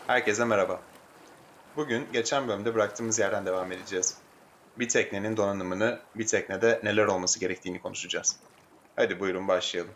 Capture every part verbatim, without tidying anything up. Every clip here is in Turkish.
Herkese merhaba. Bugün geçen bölümde bıraktığımız yerden devam edeceğiz. Bir teknenin donanımını, bir teknede neler olması gerektiğini konuşacağız. Hadi buyurun başlayalım.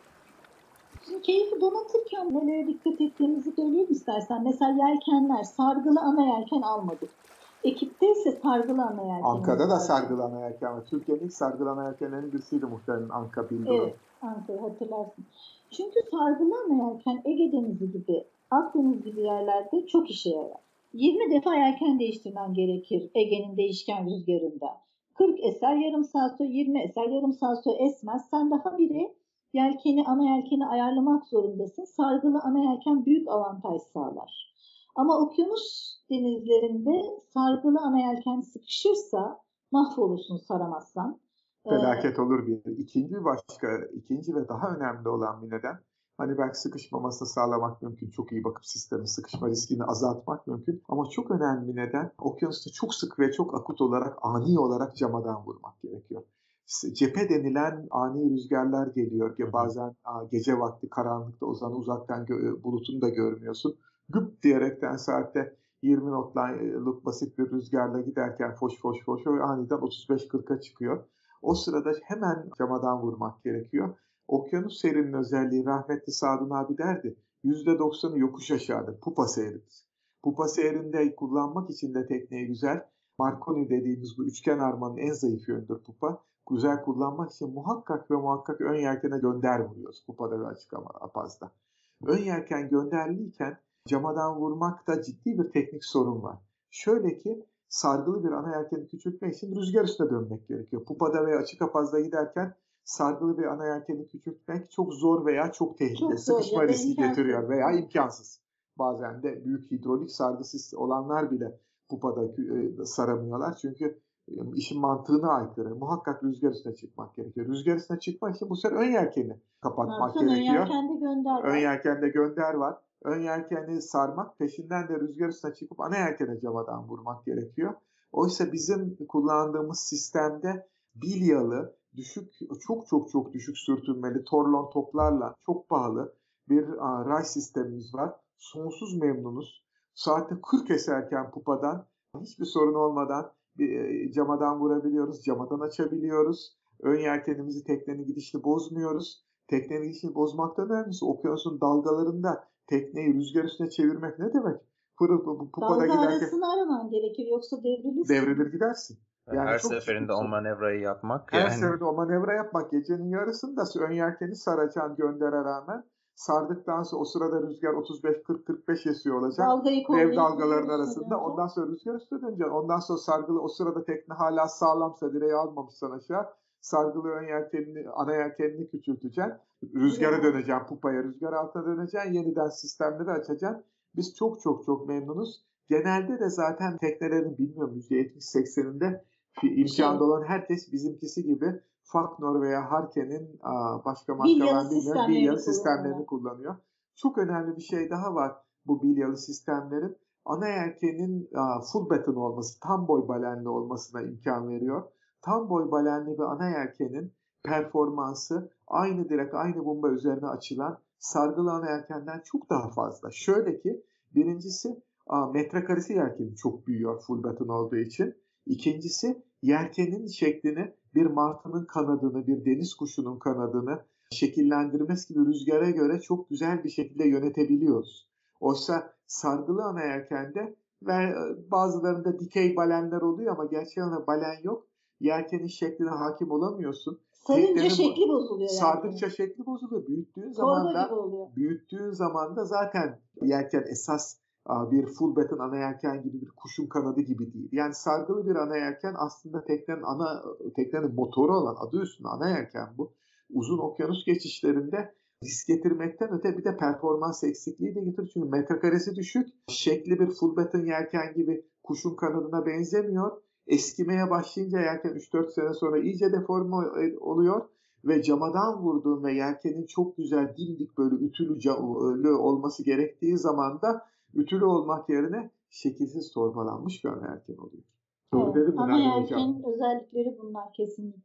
Şimdi keyfi donatırken nelere dikkat ettiğimizi söyleyeyim istersen. Mesela yelkenler, sargılı ana yelken almadık. Ekipte ise sargılı ana yelkenimiz Anka'da da vardı. sargılı ana yelken var. Türkiye'nin ilk sargılı ana yelkenlerinden birisiydi muhtemelen Anka Bildur'un. Evet, Ankara hatırlarsın. Çünkü sargılı ana yelken Ege Denizi gibi, Akdeniz gibi yerlerde çok işe yarar. yirmi defa yelken değiştirmen gerekir Ege'nin değişken rüzgarında. kırk eser yarım saat sonra, yirmi eser yarım saat sonra esmez. Sen daha biri yelkeni, ana yelkeni ayarlamak zorundasın. Sargılı ana yelken büyük avantaj sağlar. Ama okyanus denizlerinde sargılı ana yelken sıkışırsa mahvolursun saramazsan. Felaket olur bir. İkinci başka, ikinci ve daha önemli olan bir neden. Hani belki sıkışmamasını sağlamak mümkün. Çok iyi bakıp sistemi sıkışma riskini azaltmak mümkün. Ama çok önemli bir neden okyanusta çok sık ve çok akut olarak ani olarak camadan vurmak gerekiyor. Cephe denilen ani rüzgarlar geliyor. Bazen gece vakti karanlıkta o zaman uzaktan bulutunu da görmüyorsun. Güp diyerekten saatte yirmi knotluk basit bir rüzgarla giderken foş foş foş ve aniden otuz beş kırka çıkıyor. O sırada hemen camadan vurmak gerekiyor. Okyanus seyrinin özelliği rahmetli Sadun abi derdi. yüzde doksanı yokuş aşağıdır. Pupa seyridir. Pupa seyrinde kullanmak için de tekneyi güzel. Marconi dediğimiz bu üçgen armanın en zayıf yönüdür pupa. Güzel kullanmak için muhakkak ve muhakkak ön yelkene gönder vuruyoruz. Pupada ve açık apazda. Ön yelken gönderliyken camadan vurmakta ciddi bir teknik sorun var. Şöyle ki sargılı bir ana yelkeni küçültmek için rüzgar üstüne dönmek gerekiyor. Pupada veya açık apazda giderken sargılı bir ana yelkeni küçültmek çok zor veya çok tehlikeli. Çok sıkışma riski getiriyor veya imkansız. Bazen de büyük hidrolik sargısı olanlar bile pupada saramıyorlar. Çünkü işin mantığına aykırı. Muhakkak rüzgar üstüne çıkmak gerekiyor. Rüzgar üstüne çıkmak için bu sefer ön yelkeni kapatmak Zaten gerekiyor. Ön yelkende gönder var. Ön yelkende gönder var. Ön yelkeni sarmak, peşinden de rüzgar üstüne çıkıp ana yelkene camadan vurmak gerekiyor. Oysa bizim kullandığımız sistemde bilyalı, düşük, çok çok çok düşük sürtünmeli torlon toplarla çok pahalı bir a, ray sistemimiz var. Sonsuz memnunuz. Saatte kırk eserken pupadan hiçbir sorun olmadan bir, e, camadan vurabiliyoruz, camadan açabiliyoruz. Ön yelkenimizi, teknenin gidişini bozmuyoruz. Teknenin gidişini bozmaktan önemlisi okyanusun dalgalarında tekneyi rüzgar üstüne çevirmek ne demek? Pırıl bu pupada Dalga giderken arasını araman gerekir yoksa devrilirsin. devrilir gidersin. Yani her seferinde o manevrayı yapmak. Her yani... seferinde o manevra yapmak. Gecenin yarısında ön yelkeni saracan göndere rağmen sardıktan sonra o sırada rüzgar otuz beş kırk kırk beş esiyor olacak. Dev dalgaların arasında. Ondan sonra rüzgar üstüne döneceksin. Ondan sonra sargılı o sırada tekne hala sağlamsa direği almamışsan aşağı. Sargılı ön yelkenini, ana yelkenini küçülteceksin. Rüzgara döneceksin, pupaya rüzgar altına döneceksin. Yeniden sistemleri açacaksın. Biz çok çok çok memnunuz. Genelde de zaten teknelerin bilmiyorum yüzde yetmiş sekseninde imkanda olan herkes bizimkisi gibi Falknor veya Harke'nin başka markalar bilmiyorum bilyalı sistemlerini kullanıyor. Çok önemli bir şey daha var bu bilyalı sistemlerin. Ana yelkenin full beton olması, tam boy balenli olmasına imkan veriyor. Tam boy balenli bir ana yelkenin performansı aynı direk, aynı bomba üzerine açılan sargılı ana yelkenden çok daha fazla. Şöyle ki birincisi metrekaresi yelkeni çok büyüyor full beton olduğu için. İkincisi yelkenin şeklini bir martının kanadını, bir deniz kuşunun kanadını şekillendirmesi gibi rüzgara göre çok güzel bir şekilde yönetebiliyoruz. Oysa sargılı ana yelkende ve bazılarında dikey balenler oluyor ama gerçekten balen yok. Yelkenin şekline hakim olamıyorsun. Sarınca şekli bozuluyor. Sardıkça yani. şekli bozuluyor. Büyüttüğün zaman da oluyor. büyüttüğün zaman da zaten yelken esas bir full beton ana yelken gibi bir kuşun kanadı gibi değil. Yani sargılı bir ana yelken aslında teknenin ana teknenin motoru olan adı üstünde ana yelken bu. Uzun okyanus geçişlerinde risk getirmekten öte bir de performans eksikliği de getirir. Çünkü metrekaresi düşük. Şekli bir full beton yelken gibi kuşun kanadına benzemiyor. Eskimeye başlayınca yelken üç dört sene sonra iyice deforme oluyor. Ve camadan vurduğun ve yelkenin çok güzel dimdik böyle ütülü olması gerektiği zaman da ütülü olmak yerine şekilsiz torbalanmış bir ana yelken oluyor. Evet, ana yelkenin özellikleri bunlar kesinlikle.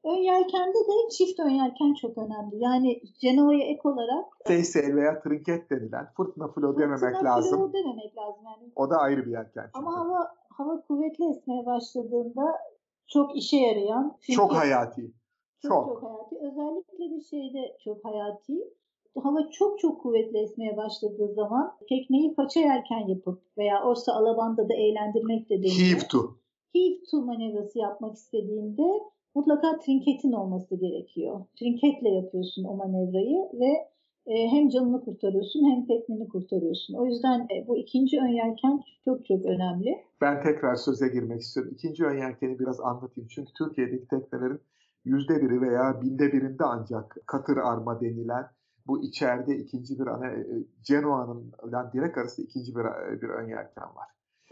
Ön yelkende de çift ön yelken çok önemli. Yani Genoa'ya ek olarak staysail veya trinket denilen fırtına flow dememek fırtına lazım. flow dememek lazım. Yani. O da ayrı bir yelken çünkü. Ama hava hava kuvvetli esmeye başladığında çok işe yarayan. Trinket, çok hayati. Çok, çok çok hayati. Özellikle de şeyde çok hayati. Hava çok çok kuvvetli esmeye başladığı zaman tekneyi paça yelken yapıp veya oysa alabanda da eğlendirmek de deniyor. Heave to. Heave to manevrası yapmak istediğinde mutlaka trinketin olması gerekiyor. Trinketle yapıyorsun o manevrayı ve e, hem canını kurtarıyorsun hem tekneni kurtarıyorsun. O yüzden e, bu ikinci ön yelken çok çok önemli. Ben tekrar söze girmek istiyorum. İkinci ön yelkeni biraz anlatayım. Çünkü Türkiye'deki teknelerin yüzde biri veya binde birinde ancak cutter arma denilen bu içeride ikinci bir ana Genoa'nın ile direkt arasında ikinci bir, bir ön yelken var.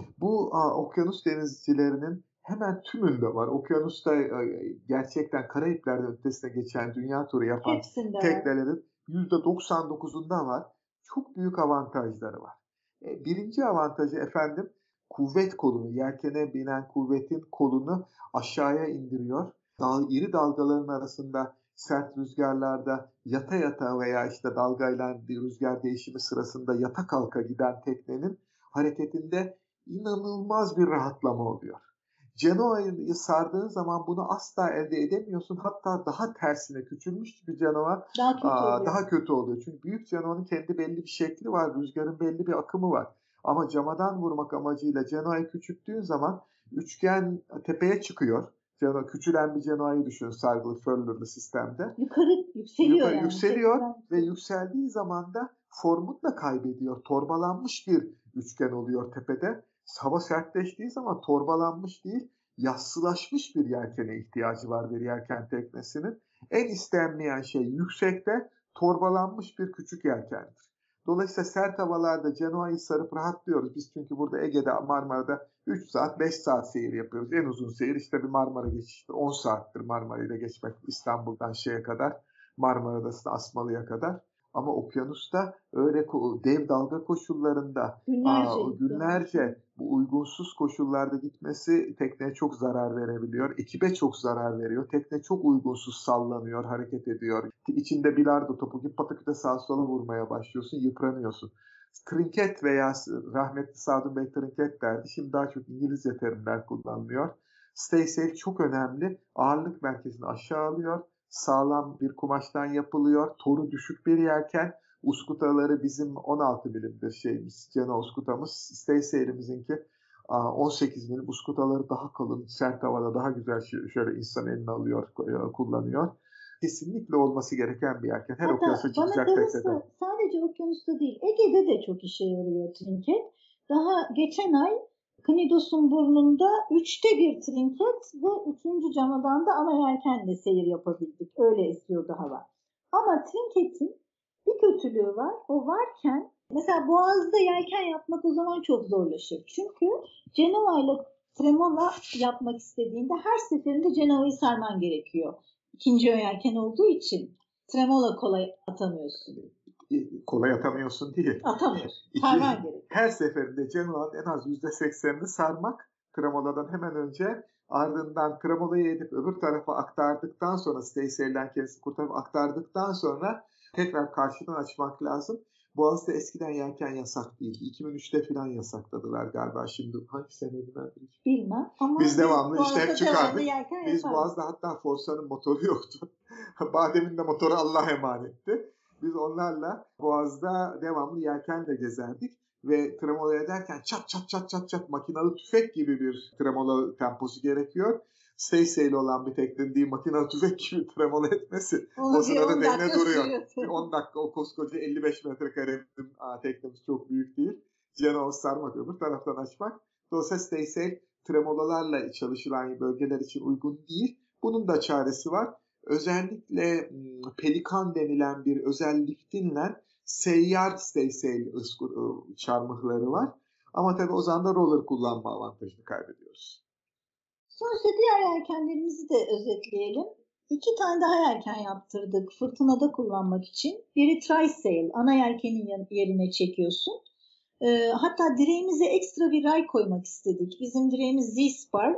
Bu a, okyanus denizcilerinin hemen tümünde var. Okyanusta e, gerçekten Karayipler'den ötesine geçen dünya turu yapan Hepsinde teknelerin yüzde doksan dokuzunda var. Çok büyük avantajları var. E, birinci avantajı efendim kuvvet kolunu, yelkene binen kuvvetin kolunu aşağıya indiriyor. Dal, iri dalgaların arasında sert rüzgarlarda yata yata veya işte dalgayla rüzgar değişimi sırasında yata kalka giden teknenin hareketinde inanılmaz bir rahatlama oluyor. Genoa'yı sardığın zaman bunu asla elde edemiyorsun. Hatta daha tersine küçülmüş bir Genoa daha kötü, aa, daha kötü oluyor. Çünkü büyük Genoa'nın kendi belli bir şekli var. Rüzgarın belli bir akımı var. Ama camadan vurmak amacıyla Genoa'yı küçülttüğün zaman üçgen tepeye çıkıyor. Genoa, küçülen bir Genoa'yı düşün sargılı furlurlu sistemde. Yukarı yükseliyor Yukarı yani. Yükseliyor ve yükseldiği zaman da formunu da kaybediyor. Torbalanmış bir üçgen oluyor tepede. Hava sertleştiği zaman torbalanmış değil, yassılaşmış bir yelkene ihtiyacı var bir yelken teknesinin. En istenmeyen şey yüksekte torbalanmış bir küçük yelkendir. Dolayısıyla sert havalarda Genoa'yı sarıp rahatlıyoruz. Biz çünkü burada Ege'de, Marmara'da üç saat, beş saat seyir yapıyoruz. En uzun seyir işte bir Marmara geçiştir. on saattir Marmara'yla geçmek İstanbul'dan şeye kadar, Marmara'da Asmalı'ya kadar. Ama okyanusta öyle dev dalga koşullarında günlerce, aa, günlerce bu uygunsuz koşullarda gitmesi tekneye çok zarar verebiliyor. Ekibe çok zarar veriyor. Tekne çok uygunsuz sallanıyor, hareket ediyor. İçinde bilardo topu gibi pataküte sağa sola vurmaya başlıyorsun, yıpranıyorsun. Trinket veya rahmetli Sadun Bey trinket derdi. Şimdi daha çok İngilizce terimler kullanılıyor. Staysail çok önemli. Ağırlık merkezini aşağı alıyor. Sağlam bir kumaştan yapılıyor. Toru düşük bir yelken. Uskutaları bizim on altı milimdir şeyimiz. Genoa uskutamız. Staysail'imizinki on sekiz milim. Uskutaları daha kalın. Sert havada daha güzel şöyle insan eline alıyor, kullanıyor. Kesinlikle olması gereken bir yelken. Her okyanusa çıkacak teknede. Sadece okyanusta değil, Ege'de de çok işe yarıyor trinket. Daha geçen ay Knidos'un burnunda üçte bir trinket ve üçüncü camadan da ana yelkenle seyir yapabildik. Öyle esiyordu hava. Ama trinketin bir kötülüğü var. O varken mesela Boğaz'da yelken yapmak o zaman çok zorlaşır. Çünkü Genoa ile tremola yapmak istediğinde her seferinde Genoa'yı sarman gerekiyor. İkinci ön yelken olduğu için tremola kolay atamıyorsun. Kolay atamıyorsun değil. Atamıyorsun. Sarman gerekiyor. Her seferinde Genoa'nın en az yüzde seksenini sarmak tremoladan hemen önce, ardından tremolayı edip öbür tarafa aktardıktan sonra Staysail'den kendisi kurtarıp aktardıktan sonra tekrar karşıdan açmak lazım. Boğaz'da eskiden yelken yasak değildi. iki bin üçte falan yasakladılar galiba. Şimdi hangi seneydi ben bilmem. Ama biz devamlı biz işte hep çıkardık. Biz yaparız. Boğaz'da hatta Forsa'nın motoru yoktu. Badem'in de motoru Allah'a emanetti. Biz onlarla Boğaz'da devamlı yelkenle gezerdik ve tremola ederken çat çat çat çat çat makinalı tüfek gibi bir tremola temposu gerekiyor. Staysail olan bir teknenin değil makinalı tüfek gibi tremola etmesi. Onu o sırada tekne duruyor. Sürüyorsun. Bir on dakika o koskoca elli beş metrekare teknemiz çok büyük değil. Genoa sarmak öbür taraftan açmak. Dolayısıyla Staysail tremolalarla çalışılan bölgeler için uygun değil. Bunun da çaresi var. Özellikle pelikan denilen bir özel liftinle seyyar Staysail çarmıhları var. Ama tabii o zaman da roller kullanma avantajını kaybediyoruz. Sonuçta diğer yelkenlerimizi de özetleyelim. İki tane daha yelken yaptırdık fırtınada kullanmak için. Biri Trysail, ana yelkenin yerine çekiyorsun. Ee, hatta direğimize ekstra bir ray koymak istedik. Bizim direğimiz Z-Spar.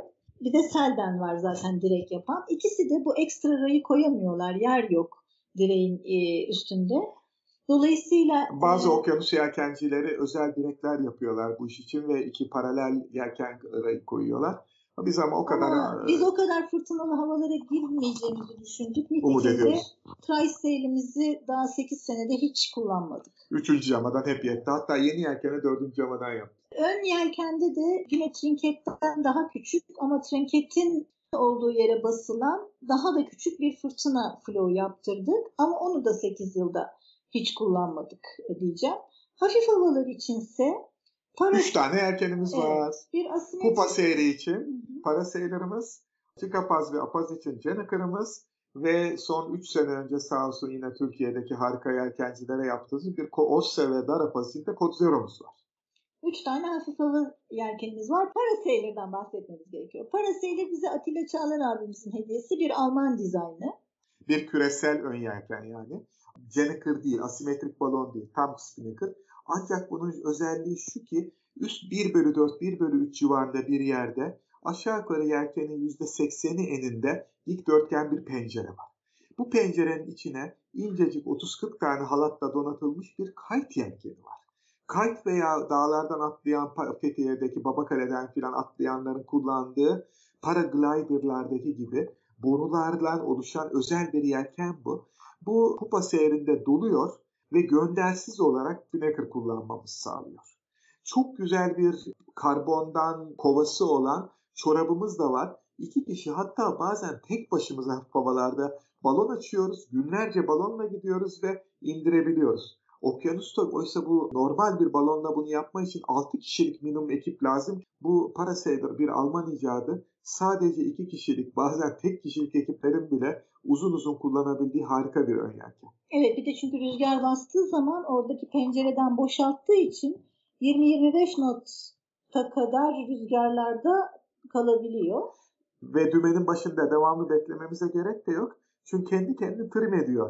Bir de Selden var zaten direk yapan. İkisi de bu ekstra rayı koyamıyorlar. Yer yok direğin e, üstünde. Dolayısıyla Bazı e, okyanus yelkencileri özel direkler yapıyorlar bu iş için ve iki paralel yelken rayı koyuyorlar. Biz ama o kadar ama e, biz o kadar fırtınalı havalara girmeyeceğimizi düşündük. umut Nitekim de ediyoruz. Tri-Sail'imizi daha sekiz senede hiç kullanmadık. Üçüncü camadan hep yetti. Hatta yeni yelkeni dördüncü camadan yaptı. Ön yelkende de yine trinketten daha küçük ama trinketin olduğu yere basılan daha da küçük bir fırtına flow yaptırdık. Ama onu da sekiz yılda hiç kullanmadık diyeceğim. Hafif havalar içinse para... Üç tane yelkenimiz evet, var. bir asimetrik... Pupa seyri için paraseylerimiz, Çikapaz ve Apaz için Ceneker'ımız ve son üç sene önce sağ olsun yine Türkiye'deki harika yelkencilere yaptığımız bir Osse ve Darapaz için de Code Zero'muz var. Üç tane hafif hava yelkenimiz var. Parasailer'dan bahsetmemiz gerekiyor. Parasailer bize Atilla Çağlar abimizin hediyesi, bir Alman dizaynı. Bir küresel ön yelken yani. Ceneker değil, asimetrik balon değil, tam spinnaker. Ancak bunun özelliği şu ki üst bir bölü dört, bir bölü üç civarında bir yerde aşağı yukarı yelkenin yüzde sekseni eninde dikdörtgen bir pencere var. Bu pencerenin içine incecik otuz kırk tane halatla donatılmış bir kayıt yelkeni var. Kayıt veya dağlardan atlayan Fethiye'deki Babakale'den filan atlayanların kullandığı paragliderlardaki gibi borulardan oluşan özel bir yelken bu. Bu pupa seyrinde doluyor ve göndersiz olarak spinnaker kullanmamızı sağlıyor. Çok güzel bir karbondan kovası olan çorabımız da var. İki kişi hatta bazen tek başımıza hafif havalarda balon açıyoruz. Günlerce balonla gidiyoruz ve indirebiliyoruz. Okyanusta oysa bu normal bir balonla bunu yapma için altı kişilik minimum ekip lazım. Bu Parasailer bir Alman icadı. Sadece iki kişilik bazen tek kişilik ekiplerin bile uzun uzun kullanabildiği harika bir ön yelken. Evet, bir de çünkü rüzgar bastığı zaman oradaki pencereden boşalttığı için yirmi yirmi beş nota kadar rüzgarlarda kalabiliyor. Ve dümenin başında devamlı beklememize gerek de yok. Çünkü kendi kendini trim ediyor.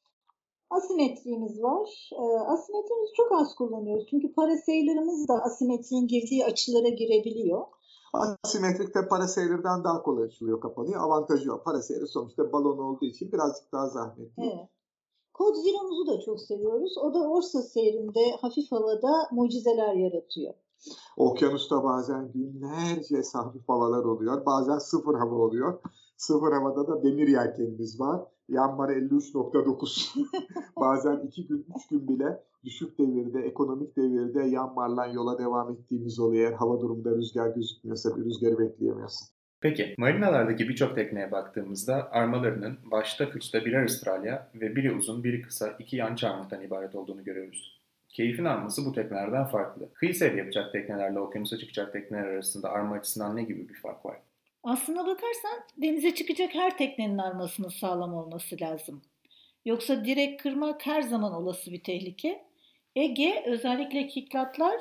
Asimetrimiz var. E, asimetrimizi çok az kullanıyoruz. Çünkü parasailer'ımız da asimetriğin girdiği açılara girebiliyor. Asimetrikte parasailer'dan daha kolay açılıyor, kapanıyor. Avantajı o. Parasailer sonuçta balon olduğu için birazcık daha zahmetli. Evet. Code Zero'muzu da çok seviyoruz. O da Orsa seyrinde hafif havada mucizeler yaratıyor. Okyanusta bazen günlerce hafif havalar oluyor. Bazen sıfır hava oluyor. Sıfır havada da demir yelkenimiz var. Yanmar elli üç nokta dokuz. Bazen iki gün, üç gün bile düşük devirde, ekonomik devirde yanmarla yola devam ettiğimiz oluyor. Eğer hava durumunda rüzgar gözükmüyorsa, bir rüzgarı bekleyemiyorsun. Peki, marinalardaki birçok tekneye baktığımızda armalarının başta kıçta birer ıstralya ve biri uzun biri kısa iki yan çarmıhtan ibaret olduğunu görüyoruz. Keyfin alması bu teknelerden farklı. Kıyı seyri yapacak teknelerle okyanusa çıkacak tekneler arasında arma açısından ne gibi bir fark var? Aslına bakarsan denize çıkacak her teknenin armasının sağlam olması lazım. Yoksa direkt kırmak her zaman olası bir tehlike. Ege, özellikle Kiklatlar,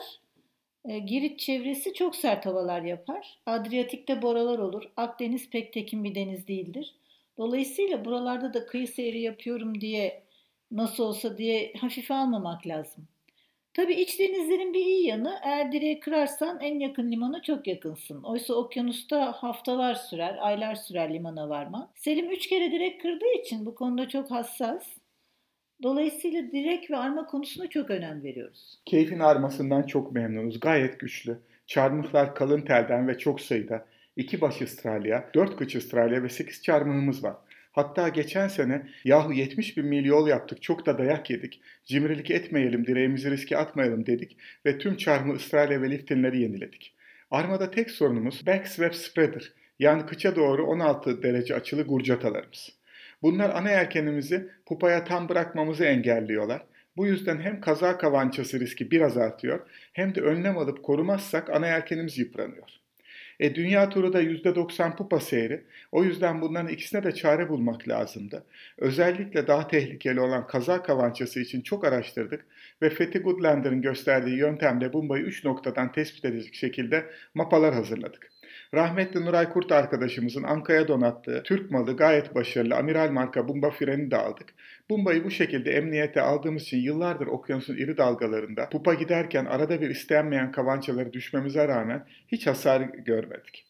e, Girit çevresi çok sert havalar yapar. Adriyatik'te boralar olur. Akdeniz pek tekin bir deniz değildir. Dolayısıyla buralarda da kıyı seyri yapıyorum diye nasıl olsa diye hafife almamak lazım. Tabii iç denizlerin bir iyi yanı, eğer direği kırarsan en yakın limana çok yakınsın. Oysa okyanusta haftalar sürer, aylar sürer limana varman. Selim üç kere direk kırdığı için bu konuda çok hassas. Dolayısıyla direk ve arma konusuna çok önem veriyoruz. Keyfin armasından çok memnunuz. Gayet güçlü. Çarmıhlar kalın telden ve çok sayıda. İki baş ıstralya, dört kıç ıstralya ve sekiz çarmıhımız var. Hatta geçen sene yahu yetmiş bin mil yol yaptık, çok da dayak yedik. Cimrilik etmeyelim, direğimizi riske atmayalım dedik ve tüm çarmıh, ıstralya ve liftinleri yeniledik. Armada tek sorunumuz back swap spreader, yani kıça doğru on altı derece açılı gurcatalarımız. Bunlar ana yelkenimizi pupaya tam bırakmamızı engelliyorlar. Bu yüzden hem kaza kavançası riski biraz artıyor hem de önlem alıp korumazsak ana yelkenimiz yıpranıyor. E, dünya turu da yüzde doksan pupa seyri. O yüzden bunların ikisine de çare bulmak lazımdı. Özellikle daha tehlikeli olan kaza kavançası için çok araştırdık ve Fethi Goodlander'ın gösterdiği yöntemle Bumba'yı üç noktadan tespit edecek şekilde mapalar hazırladık. Rahmetli Nuray Kurt arkadaşımızın Anka'ya donattığı Türk malı gayet başarılı amiral marka Bumba freni de aldık. Bumba'yı bu şekilde emniyete aldığımız için yıllardır okyanusun iri dalgalarında pupa giderken arada bir istenmeyen kavançaları düşmemize rağmen hiç hasar görmedik.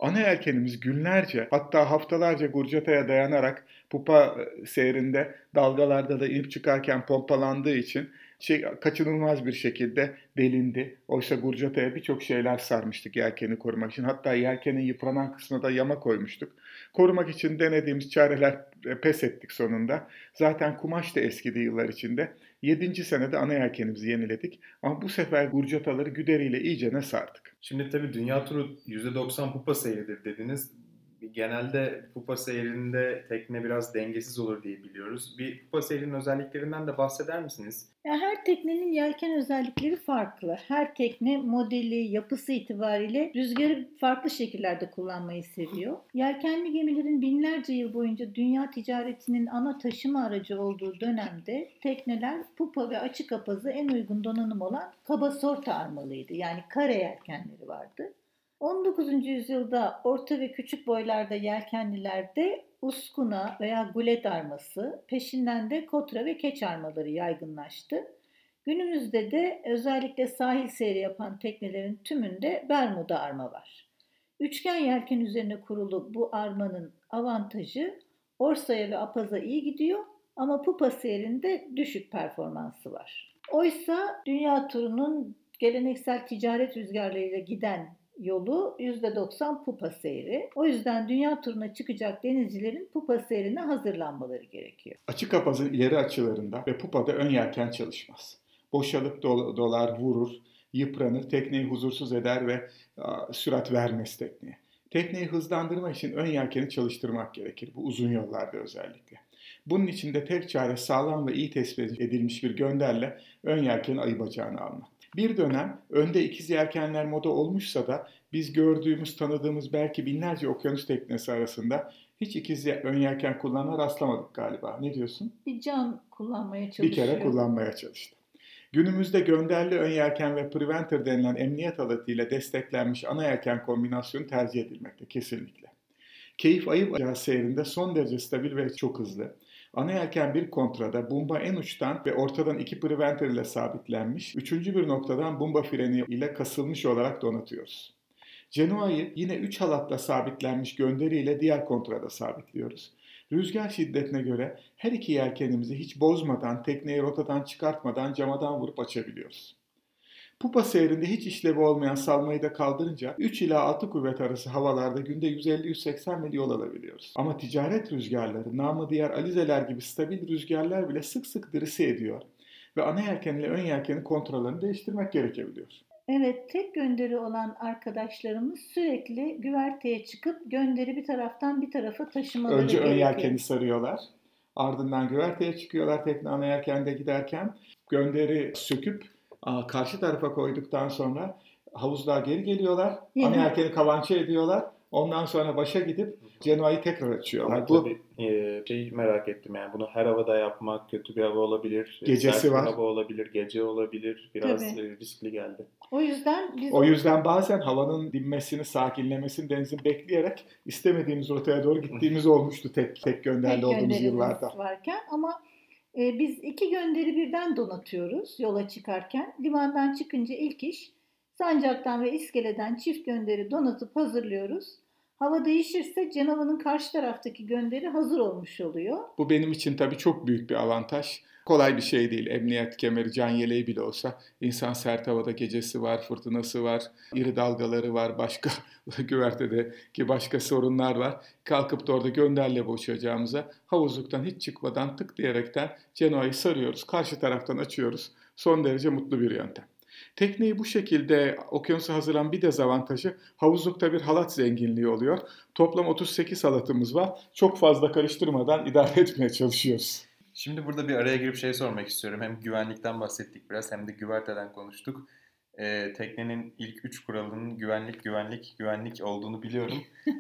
Ana yelkenimiz günlerce, hatta haftalarca Gurcata'ya dayanarak pupa seyrinde dalgalarda da inip çıkarken pompalandığı için şey, kaçınılmaz bir şekilde delindi. Oysa Gurcata'ya birçok şeyler sarmıştık yelkeni korumak için. Hatta yelkenin yıpranan kısmına da yama koymuştuk. Korumak için denediğimiz çareler pes ettik sonunda. Zaten kumaş da eskidi yıllar içinde. Yedinci senede ana yelkenimizi yeniledik. Ama bu sefer Gurcataları güderiyle iyicene sardık. Şimdi tabii dünya turu yüzde doksan pupa seyridir dediniz. Genelde pupa seyrinde tekne biraz dengesiz olur diye biliyoruz. Bir pupa seyrinin özelliklerinden de bahseder misiniz? Ya her teknenin yelken özellikleri farklı. Her tekne modeli, yapısı itibariyle rüzgarı farklı şekillerde kullanmayı seviyor. Yelkenli gemilerin binlerce yıl boyunca dünya ticaretinin ana taşıma aracı olduğu dönemde tekneler pupa ve açık apazı en uygun donanım olan kaba sorta armalıydı. Yani kare yelkenleri vardı. on dokuzuncu yüzyılda orta ve küçük boylarda yelkenlilerde uskuna veya gulet arması, peşinden de kotra ve keç armaları yaygınlaştı. Günümüzde de özellikle sahil seyri yapan teknelerin tümünde Bermuda arma var. Üçgen yelken üzerine kurulu bu armanın avantajı orsaya ve apaza iyi gidiyor ama pupa seyrinde düşük performansı var. Oysa dünya turunun geleneksel ticaret rüzgarlarıyla giden yolu yüzde doksan pupa seyri. O yüzden dünya turuna çıkacak denizcilerin pupa seyrine hazırlanmaları gerekiyor. Açık apazın ileri açılarında ve pupada ön yelken çalışmaz. Boşalıp dolar, vurur, yıpranır, tekneyi huzursuz eder ve a, sürat vermez tekneye. Tekneyi hızlandırmak için ön yelkeni çalıştırmak gerekir. Bu uzun yollarda özellikle. Bunun için de tek çare sağlam ve iyi tespit edilmiş bir gönderle ön yelkenin ayı bacağını almak. Bir dönem önde ikiz yelkenler moda olmuşsa da biz gördüğümüz, tanıdığımız belki binlerce okyanus teknesi arasında hiç ikiz ön yelken kullanana rastlamadık galiba. Ne diyorsun? Bir can kullanmaya çalışıyor. Bir kere kullanmaya çalıştı. Günümüzde gönderli ön yelken ve preventer denilen emniyet aletiyle desteklenmiş ana yelken kombinasyonu tercih edilmekte kesinlikle. Keyif ayı bacağı seyrinde son derece stabil ve çok hızlı. Ana yelken bir kontrada bumba en uçtan ve ortadan iki preventer ile sabitlenmiş, üçüncü bir noktadan bumba freni ile kasılmış olarak donatıyoruz. Genoa'yı yine üç halatla sabitlenmiş gönderi ile diğer kontrada sabitliyoruz. Rüzgar şiddetine göre her iki yelkenimizi hiç bozmadan, tekneyi rotadan çıkartmadan camadan vurup açabiliyoruz. Pupa seyrinde hiç işlevi olmayan salmayı da kaldırınca üç ila altı kuvvet arası havalarda günde yüz elli yüz seksen mil yol alabiliyoruz. Ama ticaret rüzgarları, namı diğer alizeler gibi stabil rüzgarlar bile sık sık dirisi ediyor ve ana yelken ile ön yelkenin kontrollerini değiştirmek gerekebiliyor. Evet, tek gönderi olan arkadaşlarımız sürekli güverteye çıkıp gönderi bir taraftan bir tarafa taşımaları Önce gerekiyor. ön yelkeni sarıyorlar. Ardından güverteye çıkıyorlar tekne ana yelkende giderken. Gönderi söküp karşı tarafa koyduktan sonra havuzluğa geri geliyorlar. Yeni. Ana yelkeni kavança ediyorlar. Ondan sonra başa gidip Genoa'yı tekrar açıyorlar. Ama Bu tabii e, şeyi merak ettim yani bunu her havada yapmak kötü bir hava olabilir. Gecesi sert var. bir hava olabilir, gece olabilir. Biraz Tabii. e, riskli geldi. O yüzden biz o yüzden bazen havanın dinmesini, sakinlemesini, denizin bekleyerek istemediğimiz rotaya doğru gittiğimiz olmuştu tek tek gönderli tek olduğumuz gönderimiz yıllarda. varken ama e, biz iki gönderi birden donatıyoruz yola çıkarken. Limandan çıkınca ilk iş Sancak'tan ve İskele'den çift gönderi donatıp hazırlıyoruz. Hava değişirse Cenova'nın karşı taraftaki gönderi hazır olmuş oluyor. Bu benim için tabii çok büyük bir avantaj. Kolay bir şey değil. Emniyet kemeri, can yeleği bile olsa insan sert havada gecesi var, fırtınası var, iri dalgaları var, başka güvertedeki başka sorunlar var. Kalkıp da orada gönderle boşayacağımıza havuzluktan hiç çıkmadan tık diyerekten Genoa'yı sarıyoruz. Karşı taraftan açıyoruz. Son derece mutlu bir yöntem. Tekneyi bu şekilde okyanusa hazırlanan bir dezavantajı havuzlukta bir halat zenginliği oluyor. Toplam otuz sekiz halatımız var. Çok fazla karıştırmadan idare etmeye çalışıyoruz. Şimdi burada bir araya girip şey sormak istiyorum. Hem güvenlikten bahsettik biraz hem de güverteden konuştuk. Ee, teknenin ilk üç kuralının güvenlik, güvenlik, güvenlik olduğunu biliyorum.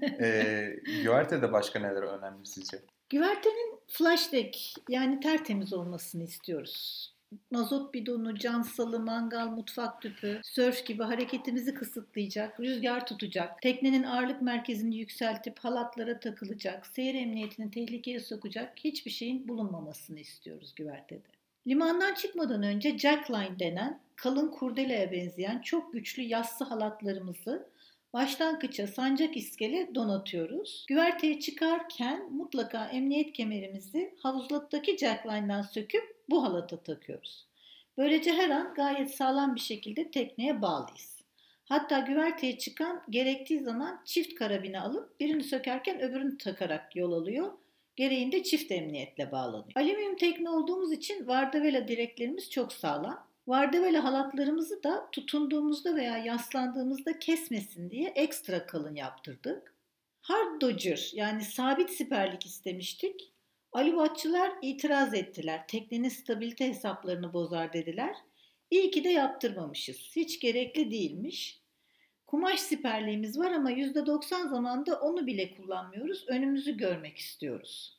ee, güvertede başka neler önemli sizce? Güvertenin flash deck yani tertemiz olmasını istiyoruz. Mazot bidonu, can salı, mangal, mutfak tüpü, sörf gibi hareketimizi kısıtlayacak, rüzgar tutacak, teknenin ağırlık merkezini yükseltip halatlara takılacak, seyir emniyetini tehlikeye sokacak hiçbir şeyin bulunmamasını istiyoruz güvertede. Limandan çıkmadan önce jackline denen kalın kurdeleye benzeyen çok güçlü yassı halatlarımızı Baştan kıça sancak iskele donatıyoruz. Güverteye çıkarken mutlaka emniyet kemerimizi havuzluktaki jackline'dan söküp bu halata takıyoruz. Böylece her an gayet sağlam bir şekilde tekneye bağlıyız. Hatta güverteye çıkan gerektiği zaman çift karabine alıp birini sökerken öbürünü takarak yol alıyor. Gereğinde çift emniyetle bağlanıyor. Alüminyum tekne olduğumuz için vardavela direklerimiz çok sağlam. Vardavela halatlarımızı da tutunduğumuzda veya yaslandığımızda kesmesin diye ekstra kalın yaptırdık. Hard dodger yani sabit siperlik istemiştik. Alivatçılar itiraz ettiler. Teknenin stabilite hesaplarını bozar dediler. İyi ki de yaptırmamışız. Hiç gerekli değilmiş. Kumaş siperliğimiz var ama yüzde doksan zamanda onu bile kullanmıyoruz. Önümüzü görmek istiyoruz.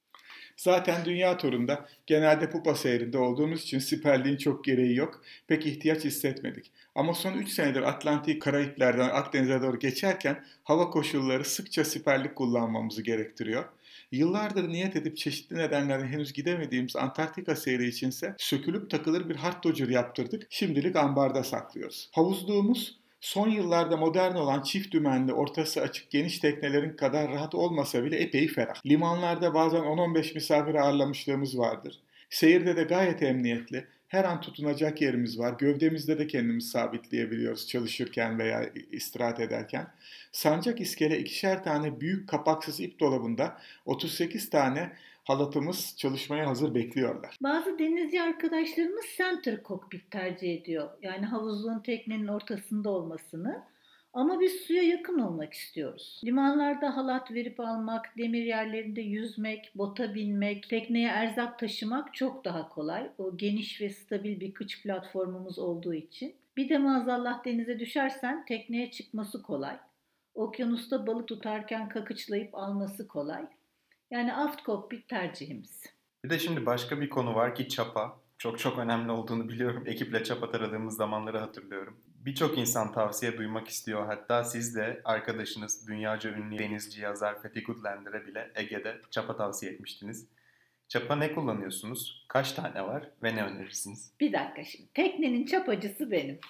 Zaten dünya turunda genelde pupa seyrinde olduğumuz için siperliğin çok gereği yok. Pek ihtiyaç hissetmedik. Ama son üç senedir Atlantik Karayipler'den Akdeniz'e doğru geçerken hava koşulları sıkça siperlik kullanmamızı gerektiriyor. Yıllardır niyet edip çeşitli nedenlerle henüz gidemediğimiz Antarktika seyri içinse sökülüp takılır bir hard dodger yaptırdık. Şimdilik ambarda saklıyoruz. Havuzluğumuz son yıllarda modern olan çift dümenli, ortası açık geniş teknelerin kadar rahat olmasa bile epey ferah. Limanlarda bazen on on beş misafir ağırlamışlığımız vardır. Seyirde de gayet emniyetli. Her an tutunacak yerimiz var. Gövdemizde de kendimizi sabitleyebiliyoruz çalışırken veya istirahat ederken. Sancak iskele ikişer tane büyük kapaksız ip dolabında otuz sekiz tane halatımız çalışmaya hazır bekliyorlar. Bazı denizci arkadaşlarımız center cockpit tercih ediyor. Yani havuzluğun teknenin ortasında olmasını. Ama biz suya yakın olmak istiyoruz. Limanlarda halat verip almak, demir yerlerinde yüzmek, bota binmek, tekneye erzak taşımak çok daha kolay. O geniş ve stabil bir kıç platformumuz olduğu için. Bir de maazallah denize düşersen tekneye çıkması kolay. Okyanusta balık tutarken kakıçlayıp alması kolay. Yani aft cockpit tercihimiz. Bir de şimdi başka bir konu var ki çapa. Çok çok önemli olduğunu biliyorum. Ekiple çapa taradığımız zamanları hatırlıyorum. Birçok insan tavsiye duymak istiyor. Hatta siz de arkadaşınız dünyaca ünlü denizci yazar Fethi Gutlander'e bile Ege'de çapa tavsiye etmiştiniz. Çapa ne kullanıyorsunuz? Kaç tane var ve ne önerirsiniz? Bir dakika şimdi. Teknenin çapacısı benim.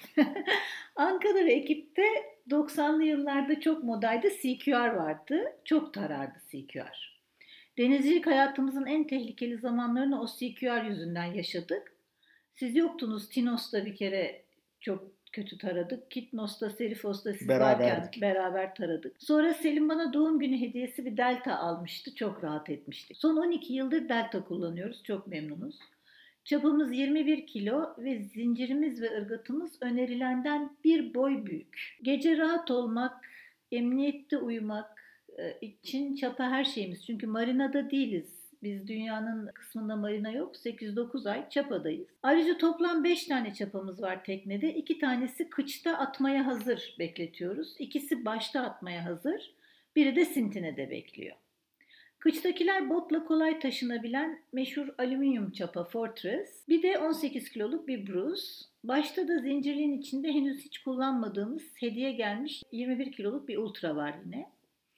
Ankara ve ekipte doksanlı yıllarda çok modaydı C Q R vardı. Çok tarardı C Q R. Denizcilik hayatımızın en tehlikeli zamanlarını o C Q R yüzünden yaşadık. Siz yoktunuz. Tinos'ta bir kere çok kötü taradık. Kitnos'ta, Serifos'ta siz varken beraber taradık. Sonra Selim bana doğum günü hediyesi bir Delta almıştı. Çok rahat etmiştik. Son on iki yıldır Delta kullanıyoruz. Çok memnunuz. Çapımız yirmi bir kilo ve zincirimiz ve ırgatımız önerilenden bir boy büyük. Gece rahat olmak, emniyette uyumak için çapa her şeyimiz. Çünkü marinada değiliz. Biz dünyanın kısmında marina yok. sekiz dokuz ay çapadayız. Ayrıca toplam beş tane çapamız var teknede. iki tanesi kıçta atmaya hazır bekletiyoruz. İkisi başta atmaya hazır. Biri de sintinede bekliyor. Kıçtakiler botla kolay taşınabilen meşhur alüminyum çapa Fortress. Bir de on sekiz kiloluk bir Bruce. Başta da zincirliğin içinde henüz hiç kullanmadığımız hediye gelmiş yirmi bir kiloluk bir Ultra var yine.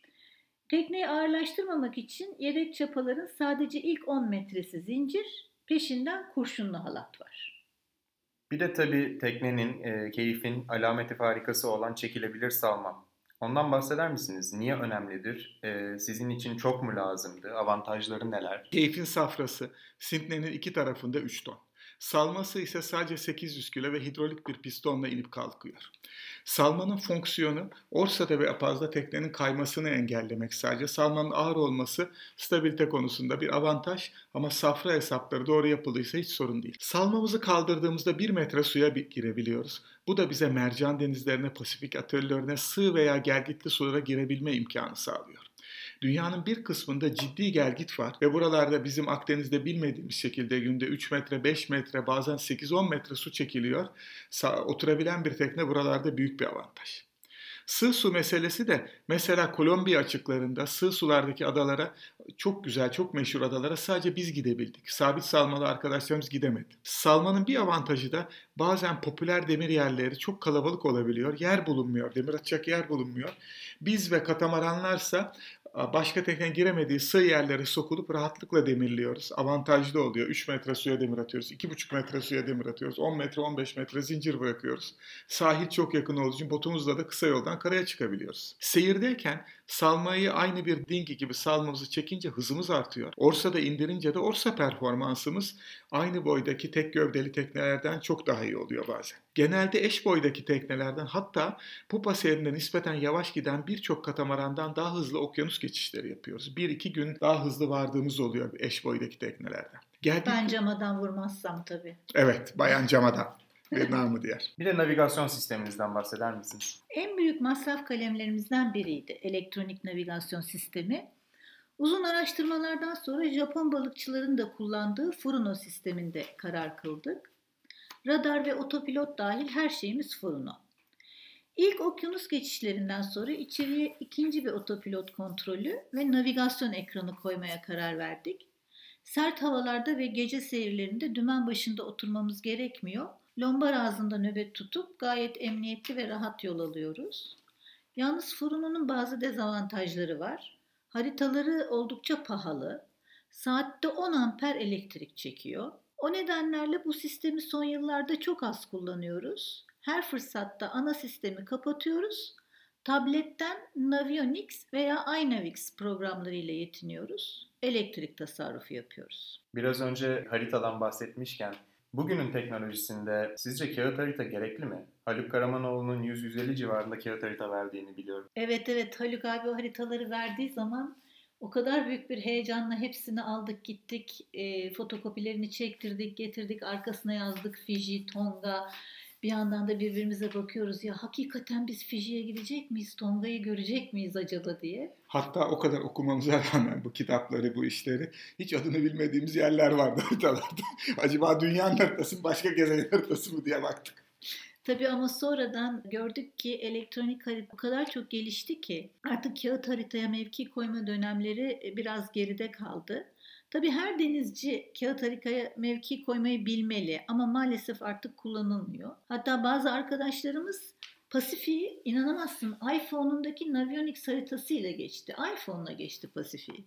Tekneyi ağırlaştırmamak için yedek çapaların sadece ilk on metresi zincir, peşinden kurşunlu halat var. Bir de tabii teknenin, e, keyfin alameti farikası olan çekilebilir salma. Ondan bahseder misiniz? Niye önemlidir? E, sizin için çok mu lazımdı? Avantajları neler? Keyfin safrası, Sintne'nin iki tarafında üç ton. Salması ise sadece sekiz yüz kilo ve hidrolik bir pistonla inip kalkıyor. Salmanın fonksiyonu orsada ve apazda teknenin kaymasını engellemek sadece. Salmanın ağır olması stabilite konusunda bir avantaj ama safra hesapları doğru yapıldıysa hiç sorun değil. Salmamızı kaldırdığımızda bir metre suya girebiliyoruz. Bu da bize mercan denizlerine, Pasifik atölyelerine, sığ veya gelgitli sulara girebilme imkanı sağlıyor. Dünyanın bir kısmında ciddi gelgit var ve buralarda bizim Akdeniz'de bilmediğimiz şekilde günde üç metre, beş metre, bazen sekiz on metre su çekiliyor. Sa- oturabilen bir tekne buralarda büyük bir avantaj. Sığ su meselesi de mesela Kolombiya açıklarında sığ sulardaki adalara, çok güzel, çok meşhur adalara sadece biz gidebildik. Sabit salmalı arkadaşlarımız gidemedi. Salmanın bir avantajı da bazen popüler demir yerleri çok kalabalık olabiliyor. Yer bulunmuyor, demir atacak yer bulunmuyor. Biz ve katamaranlarsa Başka teknenin giremediği sığ yerlere sokulup rahatlıkla demirliyoruz. Avantajlı oluyor. üç metre suya demir atıyoruz. iki buçuk metre suya demir atıyoruz. on metre on beş metre zincir bırakıyoruz. Sahil çok yakın olduğu için botumuzla da kısa yoldan karaya çıkabiliyoruz. Seyirdeyken salmayı aynı bir dinghy gibi salmamızı çekince hızımız artıyor. Orsa'da indirince de orsa performansımız aynı boydaki tek gövdeli teknelerden çok daha iyi oluyor bazen. Genelde eş boydaki teknelerden, hatta pupa seyrinde nispeten yavaş giden birçok katamarandan daha hızlı okyanus geçişleri yapıyoruz. Bir iki gün daha hızlı vardığımız oluyor eş boydaki teknelerden. Geldik... Ben camadan vurmazsam tabii. Evet, bayan camadan. Bir namı diğer. Bir de navigasyon sisteminizden bahseder misiniz? En büyük masraf kalemlerimizden biriydi elektronik navigasyon sistemi. Uzun araştırmalardan sonra Japon balıkçıların da kullandığı Furuno sisteminde karar kıldık. Radar ve otopilot dahil her şeyimiz Furuno. İlk okyanus geçişlerinden sonra içeriye ikinci bir otopilot kontrolü ve navigasyon ekranı koymaya karar verdik. Sert havalarda ve gece seyirlerinde dümen başında oturmamız gerekmiyor. Lombar ağzında nöbet tutup gayet emniyetli ve rahat yol alıyoruz. Yalnız Furuno'nun bazı dezavantajları var. Haritaları oldukça pahalı. Saatte on amper elektrik çekiyor. O nedenlerle bu sistemi son yıllarda çok az kullanıyoruz. Her fırsatta ana sistemi kapatıyoruz. Tabletten Navionics veya iNavix programlarıyla yetiniyoruz. Elektrik tasarrufu yapıyoruz. Biraz önce haritadan bahsetmişken bugünün teknolojisinde sizce kağıt harita gerekli mi? Haluk Karamanoğlu'nun yüz yüz elli civarında kağıt harita verdiğini biliyorum. Evet evet Haluk abi o haritaları verdiği zaman o kadar büyük bir heyecanla hepsini aldık gittik. E, fotokopilerini çektirdik getirdik arkasına yazdık Fiji, Tonga. Bir yandan da birbirimize bakıyoruz ya hakikaten biz Fiji'ye gidecek miyiz, Tonga'yı görecek miyiz acaba diye. Hatta o kadar okumamıza rağmen bu kitapları, bu işleri hiç adını bilmediğimiz yerler vardı haritalarda. Acaba dünyanın haritası mı, başka gezegen haritası mı diye baktık. Tabii ama sonradan gördük ki elektronik harita o kadar çok gelişti ki artık kağıt haritaya mevki koyma dönemleri biraz geride kaldı. Tabii her denizci kağıt haritaya mevki koymayı bilmeli ama maalesef artık kullanılmıyor. Hatta bazı arkadaşlarımız Pasifik'i inanamazsın iPhone'undaki Navionics haritasıyla geçti. iPhone'la geçti Pasifik'i.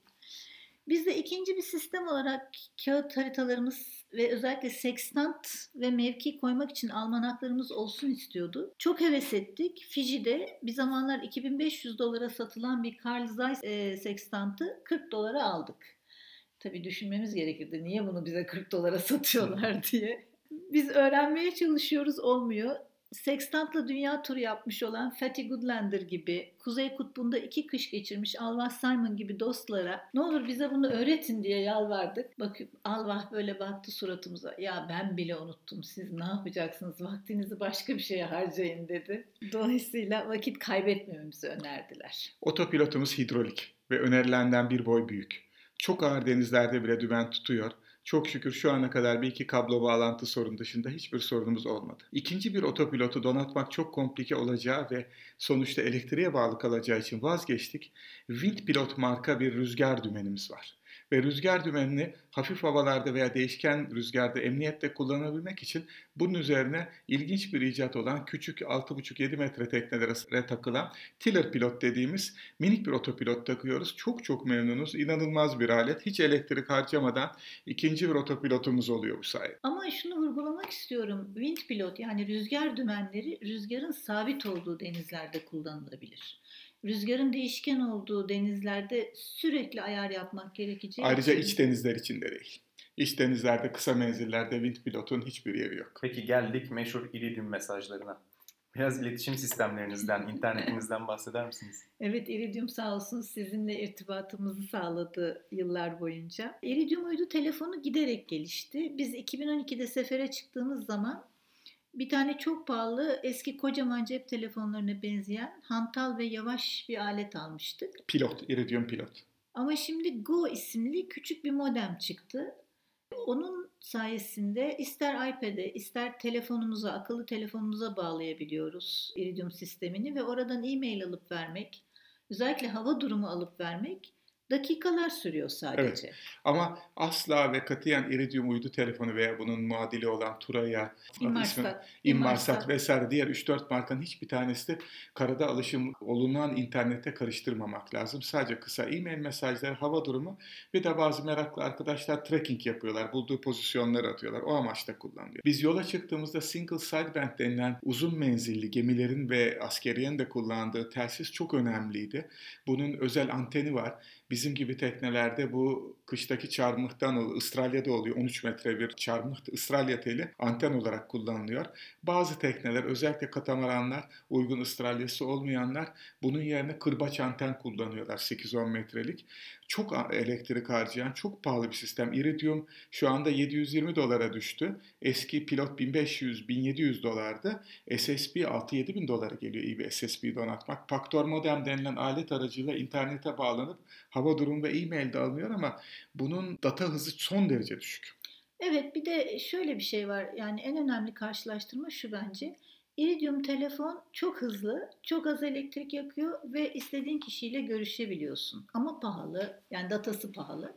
Biz de ikinci bir sistem olarak kağıt haritalarımız ve özellikle sekstant ve mevki koymak için almanaklarımız olsun istiyordu. Çok heves ettik. Fiji'de bir zamanlar iki bin beş yüz dolara satılan bir Carl Zeiss e, sekstantı kırk dolara aldık. Tabii düşünmemiz gerekirdi. Niye bunu bize kırk dolara satıyorlar diye. Biz öğrenmeye çalışıyoruz, olmuyor. Sekstantla dünya turu yapmış olan Fatih Goodlander gibi, Kuzey Kutbu'nda iki kış geçirmiş Alvah Simon gibi dostlara ne olur bize bunu öğretin diye yalvardık. Bakıp Alvah böyle baktı suratımıza. Ya ben bile unuttum. Siz ne yapacaksınız? Vaktinizi başka bir şeye harcayın dedi. Dolayısıyla vakit kaybetmememizi önerdiler. Otopilotumuz hidrolik ve önerilenden bir boy büyük. Çok ağır denizlerde bile dümen tutuyor. Çok şükür şu ana kadar bir iki kablo bağlantı sorunu dışında hiçbir sorunumuz olmadı. İkinci bir otopilotu donatmak çok komplike olacağı ve sonuçta elektriğe bağlı kalacağı için vazgeçtik. Windpilot marka bir rüzgar dümenimiz var. Ve rüzgar dümenini hafif havalarda veya değişken rüzgarda emniyetle kullanabilmek için bunun üzerine ilginç bir icat olan küçük altı buçuk yedi metre teknelere takılan tiller pilot dediğimiz minik bir otopilot takıyoruz. Çok çok memnunuz. İnanılmaz bir alet. Hiç elektrik harcamadan ikinci bir otopilotumuz oluyor bu sayede. Ama şunu vurgulamak istiyorum. Wind pilot yani rüzgar dümenleri rüzgarın sabit olduğu denizlerde kullanılabilir. Rüzgarın değişken olduğu denizlerde sürekli ayar yapmak gerekecek. Ayrıca iç denizler için de değil. İç denizlerde, kısa menzillerde wind pilotun hiçbir yeri yok. Peki geldik meşhur iridium mesajlarına. Biraz iletişim sistemlerinizden, internetinizden bahseder misiniz? Evet, Iridium sağ olsun sizinle irtibatımızı sağladı yıllar boyunca. Iridium uydu telefonu giderek gelişti. Biz iki bin on ikide sefere çıktığımız zaman bir tane çok pahalı eski kocaman cep telefonlarına benzeyen hantal ve yavaş bir alet almıştık. Pilot, Iridium pilot. Ama şimdi Go isimli küçük bir modem çıktı. Onun sayesinde ister iPad'e ister telefonumuza, akıllı telefonumuza bağlayabiliyoruz Iridium sistemini ve oradan e-mail alıp vermek, özellikle hava durumu alıp vermek Dakikalar sürüyor sadece. Evet. Ama asla ve katiyen iridium uydu telefonu veya bunun muadili olan Turaya, ismi İnmarsat, İnmarsat İnmarsat. vesaire diğer üç dört markanın hiçbir tanesi de karada alışım olunan internete karıştırmamak lazım. Sadece kısa e-mail mesajları, hava durumu, bir de bazı meraklı arkadaşlar tracking yapıyorlar. Bulduğu pozisyonları atıyorlar. O amaçla kullanılıyor. Biz yola çıktığımızda single sideband denilen uzun menzilli gemilerin ve askeriyenin de kullandığı telsiz çok önemliydi. Bunun özel anteni var. Bizim gibi teknelerde bu kıştaki çarmıhtan oluyor. Avustralya'da oluyor. on üç metre bir çarmıh ıstralya teli anten olarak kullanılıyor. Bazı tekneler, özellikle katamaranlar, uygun ıstralyası olmayanlar bunun yerine kırbaç anten kullanıyorlar sekiz on metrelik. Çok elektrik harcayan, çok pahalı bir sistem. Iridium şu anda yedi yüz yirmi dolara düştü. Eski pilot bin beş yüz bin yedi yüz dolardı. S S B altı yedi bin dolara geliyor iyi bir S S B donatmak. Paktor modem denilen alet aracıyla internete bağlanıp hava durumu ve e-mail de alınıyor ama bunun data hızı son derece düşük. Evet, bir de şöyle bir şey var. Yani en önemli karşılaştırma şu bence. Iridium telefon çok hızlı, çok az elektrik yakıyor ve istediğin kişiyle görüşebiliyorsun. Ama pahalı, yani datası pahalı.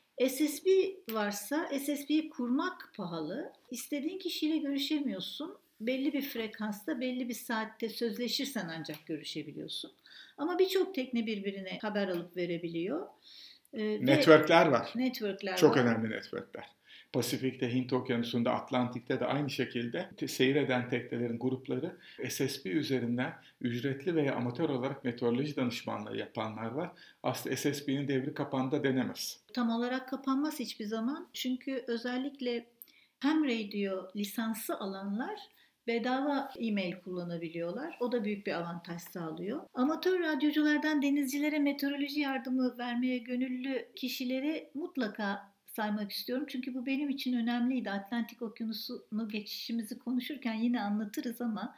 S S B varsa S S B'yi kurmak pahalı. İstediğin kişiyle görüşemiyorsun. Belli bir frekansta, belli bir saatte sözleşirsen ancak görüşebiliyorsun. Ama birçok tekne birbirine haber alıp verebiliyor. Ee, Networkler var. Networkler Çok var. önemli networkler. Pasifik'te, Hint Okyanusu'nda, Atlantik'te de aynı şekilde seyreden teknelerin grupları S S B üzerinden ücretli veya amatör olarak meteoroloji danışmanlığı yapanlar var. Aslında S S B'nin devri kapandı denemez. Tam olarak kapanmaz hiçbir zaman. Çünkü özellikle ham radio lisansı alanlar bedava e-mail kullanabiliyorlar. O da büyük bir avantaj sağlıyor. Amatör radyoculardan denizcilere meteoroloji yardımı vermeye gönüllü kişileri mutlaka saymak istiyorum. Çünkü bu benim için önemliydi. Atlantik Okyanusu'nu geçişimizi konuşurken yine anlatırız ama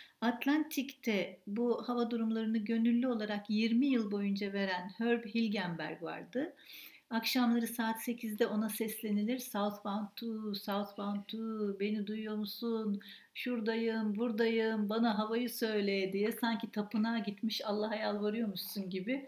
Atlantik'te bu hava durumlarını gönüllü olarak yirmi yıl boyunca veren Herb Hilgenberg vardı. Akşamları saat sekizde ona seslenilir. Southbound to, Southbound to, beni duyuyor musun? Şuradayım, buradayım, bana havayı söyle diye sanki tapınağa gitmiş Allah'a yalvarıyormuşsun gibi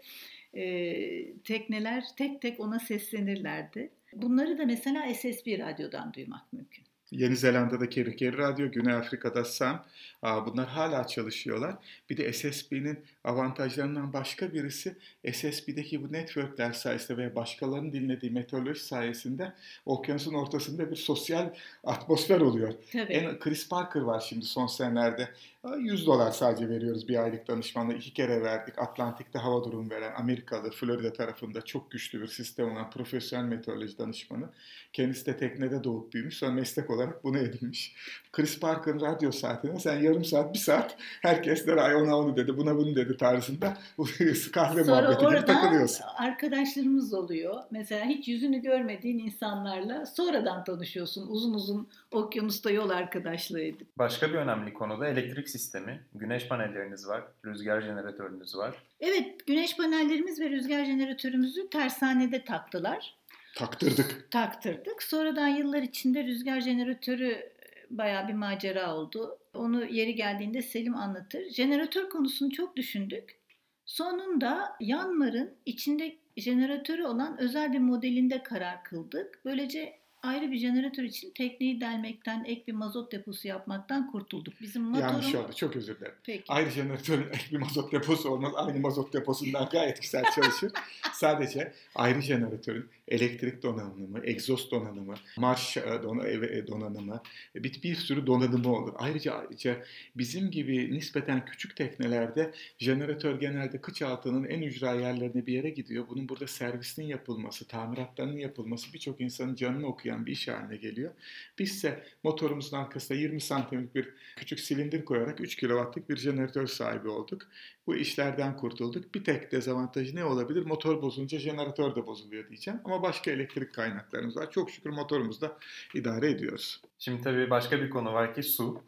e, tekneler tek tek ona seslenirlerdi. Bunları da mesela S S B radyodan duymak mümkün. Yeni Zelanda'da Keri Keri Radyo, Güney Afrika'da Sam. Bunlar hala çalışıyorlar. Bir de S S B'nin avantajlarından başka birisi S S B'deki bu networkler sayesinde veya başkalarının dinlediği meteoroloji sayesinde okyanusun ortasında bir sosyal atmosfer oluyor. Tabii. En, Chris Parker var şimdi son senelerde. yüz dolar sadece veriyoruz bir aylık danışmanlığı. İki kere verdik. Atlantik'te hava durumu veren Amerikalı, Florida tarafında çok güçlü bir sistem olan profesyonel meteoroloji danışmanı. Kendisi de teknede doğup büyümüş. Sonra meslek olarak bunu edinmiş. Chris Parker'ın radyo saatine sen yarım saat, bir saat herkesler ay ona onu dedi, buna bunu dedi tarzında kahve Sonra muhabbeti gibi takılıyorsun. Sonra arkadaşlarımız oluyor. Mesela hiç yüzünü görmediğin insanlarla sonradan tanışıyorsun. Uzun uzun okyanusta yol arkadaşlığı edip. Başka bir önemli konu da elektrik sistemi. Güneş panelleriniz var, rüzgar jeneratörünüz var. Evet, güneş panellerimiz ve rüzgar jeneratörümüzü tersanede taktılar. Taktırdık. Taktırdık. Sonradan yıllar içinde rüzgar jeneratörü bayağı bir macera oldu. Onu yeri geldiğinde Selim anlatır. Jeneratör konusunu çok düşündük. Sonunda yanmarın içinde jeneratörü olan özel bir modelinde karar kıldık. Böylece ayrı bir jeneratör için tekneyi delmekten, ek bir mazot deposu yapmaktan kurtulduk. Bizim motorun... Yanlış oldu. Çok özür dilerim. Peki. Ayrı jeneratörün ek bir mazot deposu olmaz. Aynı mazot deposundan gayet güzel çalışır. Sadece ayrı jeneratörün elektrik donanımı, egzoz donanımı, marş donanımı, bir, bir sürü donanımı olur. Ayrıca, ayrıca bizim gibi nispeten küçük teknelerde jeneratör genelde kıç altının en ücra yerlerine bir yere gidiyor. Bunun burada servisinin yapılması, tamiratlarının yapılması birçok insanın canını okuyan bir iş haline geliyor. Bizse motorumuzun arkasına yirmi santimlik bir küçük silindir koyarak üç kilowattlık bir jeneratör sahibi olduk. Bu işlerden kurtulduk. Bir tek dezavantajı ne olabilir? Motor bozulunca jeneratör de bozuluyor diyeceğim. Ama başka elektrik kaynaklarımız var. Çok şükür motorumuzda idare ediyoruz. Şimdi tabii başka bir konu var ki su.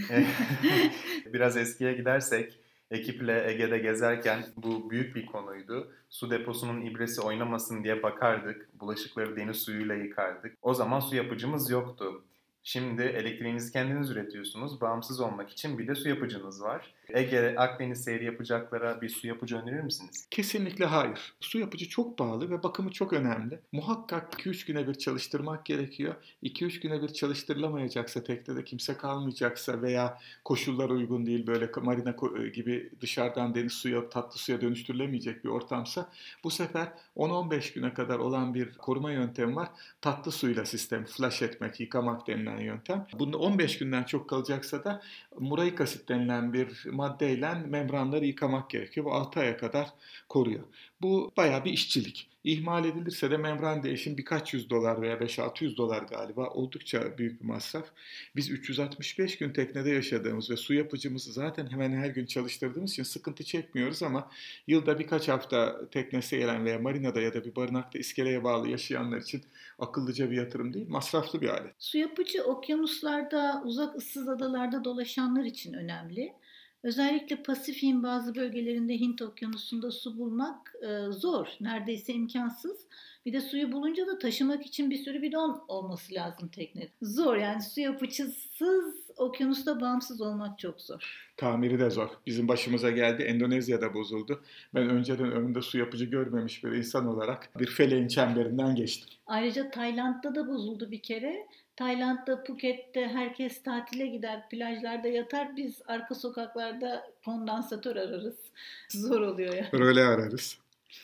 Biraz eskiye gidersek ekiple Ege'de gezerken bu büyük bir konuydu. Su deposunun ibresi oynamasın diye bakardık. Bulaşıkları deniz suyuyla yıkardık. O zaman su yapıcımız yoktu. Şimdi elektriğinizi kendiniz üretiyorsunuz. Bağımsız olmak için bir de su yapıcınız var. Ege, Akdeniz seyri yapacaklara bir su yapıcı önerir misiniz? Kesinlikle hayır. Su yapıcı çok pahalı ve bakımı çok önemli. Muhakkak iki üç güne bir çalıştırmak gerekiyor. iki üç güne bir çalıştırılamayacaksa, teknede kimse kalmayacaksa veya koşullar uygun değil, böyle marina gibi dışarıdan deniz suya, tatlı suya dönüştürülemeyecek bir ortamsa, bu sefer on on beş güne kadar olan bir koruma yöntemi var. Tatlı suyla sistemi flush etmek, yıkamak denilen yöntem. Bunda on beş günden çok kalacaksa da muraik asit denilen bir maddeyle membranları yıkamak gerekiyor. Bu altı aya kadar koruyor. Bu bayağı bir işçilik. İhmal edilirse de membran değişim birkaç yüz dolar veya beş altı yüz dolar galiba, oldukça büyük bir masraf. Biz üç yüz altmış beş gün teknede yaşadığımız ve su yapıcımızı zaten hemen her gün çalıştırdığımız için sıkıntı çekmiyoruz, ama yılda birkaç hafta teknesi gelen veya marinada ya da bir barınakta iskeleye bağlı yaşayanlar için akıllıca bir yatırım değil, masraflı bir alet. Su yapıcı okyanuslarda, uzak ıssız adalarda dolaşanlar için önemli. Özellikle Pasifik'in bazı bölgelerinde, Hint Okyanusu'nda su bulmak e, zor, neredeyse imkansız. Bir de suyu bulunca da taşımak için bir sürü bidon olması lazım teknede. Zor yani, su yapıcısız okyanusta bağımsız olmak çok zor. Tamiri de zor. Bizim başımıza geldi. Endonezya'da bozuldu. Ben önceden önümde su yapıcı görmemiş bir insan olarak bir feleğin çemberinden geçtim. Ayrıca Tayland'da da bozuldu bir kere. Tayland'da, Phuket'te herkes tatile gider, plajlarda yatar. Biz arka sokaklarda kondansatör ararız. Zor oluyor yani. Röle ararız.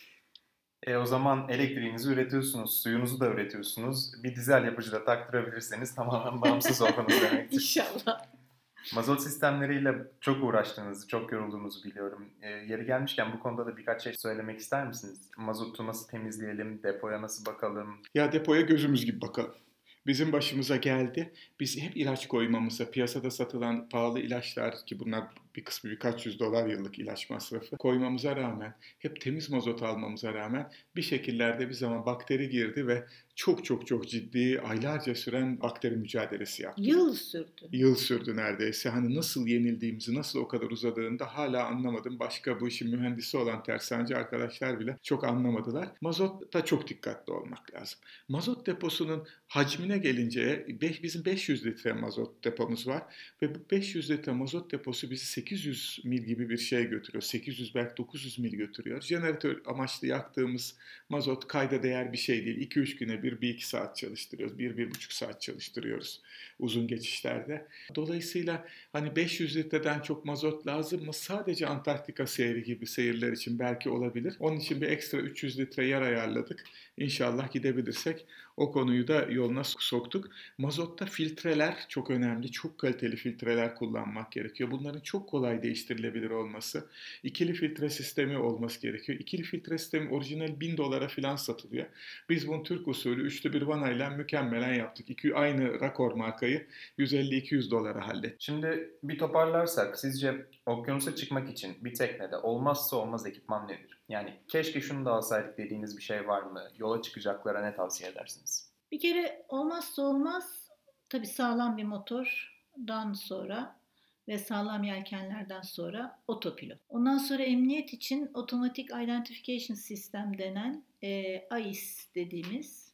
E o zaman elektriğinizi üretiyorsunuz, suyunuzu da üretiyorsunuz. Bir dizel yapıcı da taktırabilirseniz tamamen bağımsız oldunuz demektir. İnşallah. Mazot sistemleriyle çok uğraştığınızı, çok yorulduğunuzu biliyorum. E, yeri gelmişken bu konuda da birkaç şey söylemek ister misiniz? Mazotu nasıl temizleyelim, depoya nasıl bakalım? Ya depoya gözümüz gibi bakalım. Bizim başımıza geldi. Biz hep ilaç koymamıza, piyasada satılan pahalı ilaçlar, ki bunlar bir kısmı birkaç yüz dolar yıllık ilaç masrafı, koymamıza rağmen, hep temiz mazot almamıza rağmen bir şekillerde bir zaman bakteri girdi ve çok çok çok ciddi, aylarca süren bakteri mücadelesi yaptık. Yıl sürdü. Yıl sürdü neredeyse. Hani nasıl yenildiğimizi, nasıl o kadar uzadığını da hala anlamadım. Başka bu işin mühendisi olan tersaneci arkadaşlar bile çok anlamadılar. Mazotta çok dikkatli olmak lazım. Mazot deposunun hacmine gelince, bizim beş yüz litre mazot depomuz var ve bu beş yüz litre mazot deposu bizi sekiz yüz mil gibi bir şey götürüyor. sekiz yüz belki dokuz yüz mil götürüyor. Jeneratör amaçlı yaktığımız mazot kayda değer bir şey değil. iki üç güne bir, bir iki saat çalıştırıyoruz. bir bir buçuk saat çalıştırıyoruz uzun geçişlerde. Dolayısıyla hani beş yüz litreden çok mazot lazım mı? Sadece Antarktika seyri gibi seyirler için belki olabilir. Onun için bir ekstra üç yüz litre yer ayarladık. İnşallah gidebilirsek o konuyu da yoluna soktuk. Mazotta filtreler çok önemli. Çok kaliteli filtreler kullanmak gerekiyor. Bunların çok kolay değiştirilebilir olması. İkili filtre sistemi olması gerekiyor. İkili filtre sistemi orijinal bin dolara falan satılıyor. Biz bunu Türk usulü üçlü bir vanayla mükemmelen yaptık. İki, aynı Rakor markayı yüz elli iki yüz dolara hallettik. Şimdi bir toparlarsak, sizce okyanusa çıkmak için bir teknede olmazsa olmaz ekipman nedir? Yani keşke şunu da alsaydık dediğiniz bir şey var mı? Yola çıkacaklara ne tavsiye edersiniz? Bir kere olmazsa olmaz tabii sağlam bir motordan sonra ve sağlam yelkenlerden sonra otopilot. Ondan sonra emniyet için Automatic Identification System denen e, A I S dediğimiz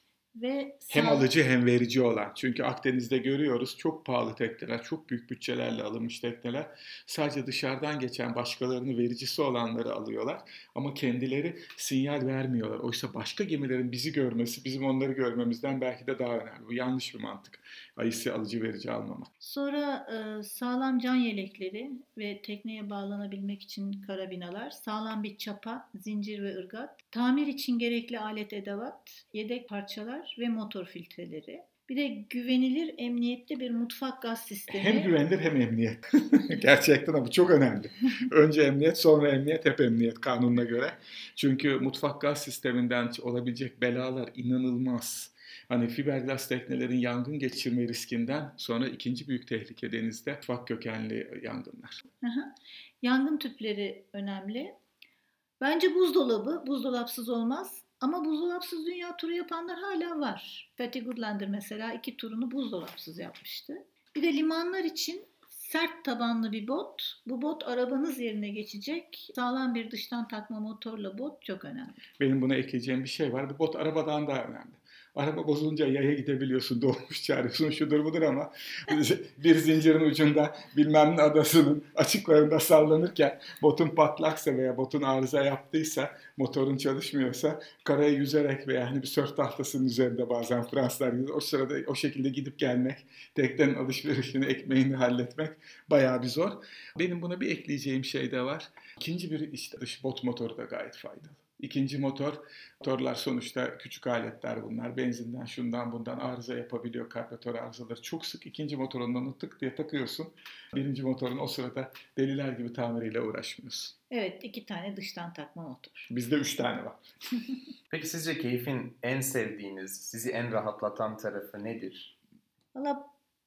ve Hem sağ... alıcı hem verici olan. Çünkü Akdeniz'de görüyoruz çok pahalı tekneler, çok büyük bütçelerle alınmış tekneler. Sadece dışarıdan geçen başkalarının vericisi olanları alıyorlar. Ama kendileri sinyal vermiyorlar. Oysa başka gemilerin bizi görmesi, bizim onları görmemizden belki de daha önemli. Bu yanlış bir mantık. A I S'i alıcı verici almamak. Sonra e, sağlam can yelekleri ve tekneye bağlanabilmek için karabinalar, sağlam bir çapa, zincir ve ırgat, tamir için gerekli alet edevat, yedek parçalar ve motor filtreleri. Bir de güvenilir, emniyetli bir mutfak gaz sistemi. Hem güvenilir hem emniyet. Gerçekten ama çok önemli. Önce emniyet, sonra emniyet, hep emniyet kanununa göre. Çünkü mutfak gaz sisteminden olabilecek belalar inanılmaz. Hani fiberglass teknelerin yangın geçirme riskinden sonra ikinci büyük tehlike denizde mutfak kökenli yangınlar. Aha. Yangın tüpleri önemli. Bence buzdolabı, buzdolapsız olmaz. Ama buzdolapsız dünya turu yapanlar hala var. Fatih Goodlander mesela iki turunu buzdolapsız yapmıştı. Bir de limanlar için sert tabanlı bir bot. Bu bot arabanız yerine geçecek. Sağlam bir dıştan takma motorla bot çok önemli. Benim buna ekleyeceğim bir şey var. Bu bot arabadan daha önemli. Araba bozulunca yaya gidebiliyorsun, dolmuş çağırıyorsun, şudur budur ama bir zincirin ucunda bilmem ne adasının açık koyunda sallanırken botun patlaksa veya botun arıza yaptıysa, motorun çalışmıyorsa karaya yüzerek veya hani bir sörf tahtasının üzerinde bazen Fransızlar gibi o sırada o şekilde gidip gelmek, teknenin alışverişini, ekmeğini halletmek bayağı bir zor. Benim buna bir ekleyeceğim şey de var. İkinci bir işte dış bot motoru da gayet faydalı. İkinci motor, motorlar sonuçta küçük aletler bunlar. Benzinden, şundan bundan arıza yapabiliyor. Karbüratör arızaları çok sık. İkinci motorundan tık diye takıyorsun. Birinci motorun o sırada deliler gibi tamiriyle uğraşmıyorsun. Evet, iki tane dıştan takma motor. Bizde üç tane var. Peki sizce keyfin en sevdiğiniz, sizi en rahatlatan tarafı nedir? Valla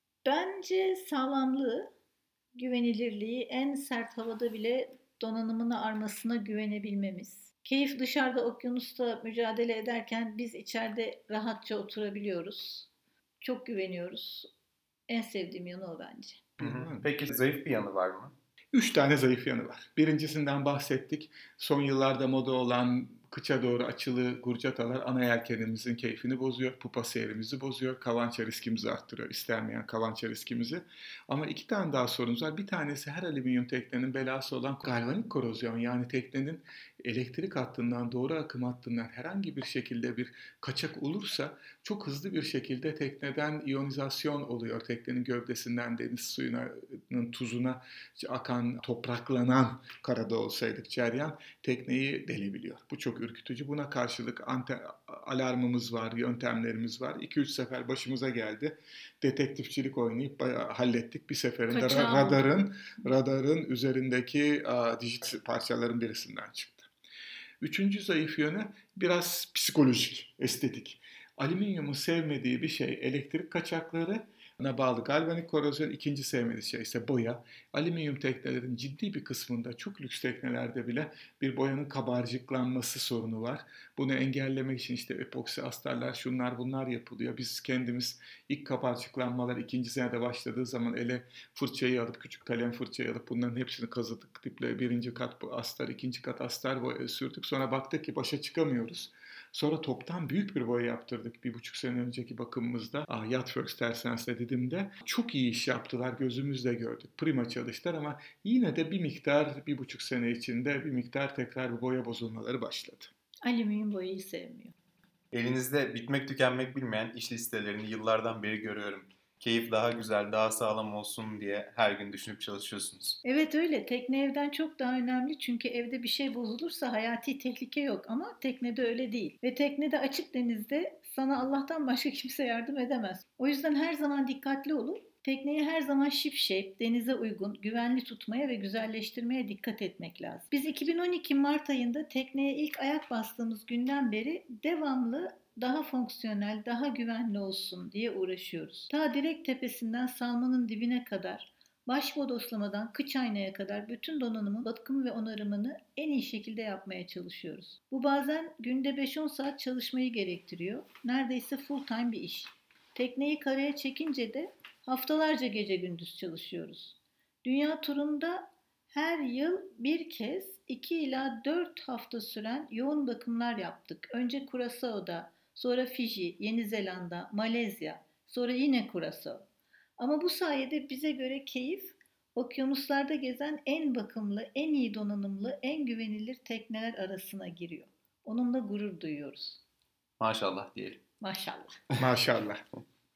bence sağlamlığı, güvenilirliği, en sert havada bile donanımına, armasına güvenebilmemiz. Keyif dışarıda okyanusta mücadele ederken biz içeride rahatça oturabiliyoruz. Çok güveniyoruz. En sevdiğim yanı o bence. Hı hı. Peki zayıf bir yanı var mı? Üç tane zayıf yanı var. Birincisinden bahsettik. Son yıllarda moda olan kıça doğru açılı gurcatalar ana yelkenimizin keyfini bozuyor. Pupa seyrimizi bozuyor. Kavança riskimizi arttırıyor. İstenmeyen kavança riskimizi. Ama iki tane daha sorunumuz var. Bir tanesi her alüminyum teknenin belası olan galvanik korozyon. Yani teknenin elektrik hattından, doğru akım hattından herhangi bir şekilde bir kaçak olursa çok hızlı bir şekilde tekneden iyonizasyon oluyor. Teknenin gövdesinden deniz suyunun tuzuna akan, topraklanan, karada olsaydık ceryan tekneyi delebiliyor. Bu çok ürkütücü. Buna karşılık ante, alarmımız var, yöntemlerimiz var. iki üç sefer başımıza geldi. Detektifçilik oynayıp bayağı hallettik. Bir seferinde Kaçağı radarın radarın üzerindeki a, dijit parçaların birisinden çıktı. Üçüncü zayıf yönü biraz psikolojik, estetik. Alüminyumun sevmediği bir şey elektrik kaçakları, ona bağlı galvanik korozyon. İkinci sevmediği şey ise boya. Alüminyum teknelerin ciddi bir kısmında, çok lüks teknelerde bile bir boyanın kabarcıklanması sorunu var. Bunu engellemek için işte epoksi astarlar, şunlar bunlar yapılıyor. Biz kendimiz ilk kabarcıklanmalar ikinci senede başladığı zaman ele fırçayı alıp, küçük kalem fırçayı alıp bunların hepsini kazıdık. Diple birinci kat astar, ikinci kat astar boya sürdük. Sonra baktık ki başa çıkamıyoruz. Sonra toptan büyük bir boya yaptırdık bir buçuk sene önceki bakımımızda. Ah, Yachtworks Tersens'le Didim'de. Çok iyi iş yaptılar, gözümüzle gördük. Prima çalıştılar ama yine de bir miktar, bir buçuk sene içinde bir miktar tekrar bir boya bozulmaları başladı. Alüminyum boyayı sevmiyor. Elinizde bitmek tükenmek bilmeyen iş listelerini yıllardan beri görüyorum. Keyif daha güzel, daha sağlam olsun diye her gün düşünüp çalışıyorsunuz. Evet öyle. Tekne evden çok daha önemli çünkü evde bir şey bozulursa hayati tehlike yok ama teknede öyle değil. Ve teknede açık denizde sana Allah'tan başka kimse yardım edemez. O yüzden her zaman dikkatli olun. Tekneyi her zaman ship shape, denize uygun, güvenli tutmaya ve güzelleştirmeye dikkat etmek lazım. Biz iki bin on iki Mart ayında tekneye ilk ayak bastığımız günden beri devamlı daha fonksiyonel, daha güvenli olsun diye uğraşıyoruz. Ta direkt tepesinden salmanın dibine kadar, baş bodoslamadan kıç aynaya kadar bütün donanımın bakım ve onarımını en iyi şekilde yapmaya çalışıyoruz. Bu bazen günde beş on saat çalışmayı gerektiriyor. Neredeyse full time bir iş. Tekneyi karaya çekince de haftalarca gece gündüz çalışıyoruz. Dünya turunda her yıl bir kez iki ila dört hafta süren yoğun bakımlar yaptık. Önce Curaçao'da, sonra Fiji, Yeni Zelanda, Malezya, sonra yine Curaçao. Ama bu sayede bize göre keyif, okyanuslarda gezen en bakımlı, en iyi donanımlı, en güvenilir tekneler arasına giriyor. Onunla gurur duyuyoruz. Maşallah diyelim. Maşallah. Maşallah.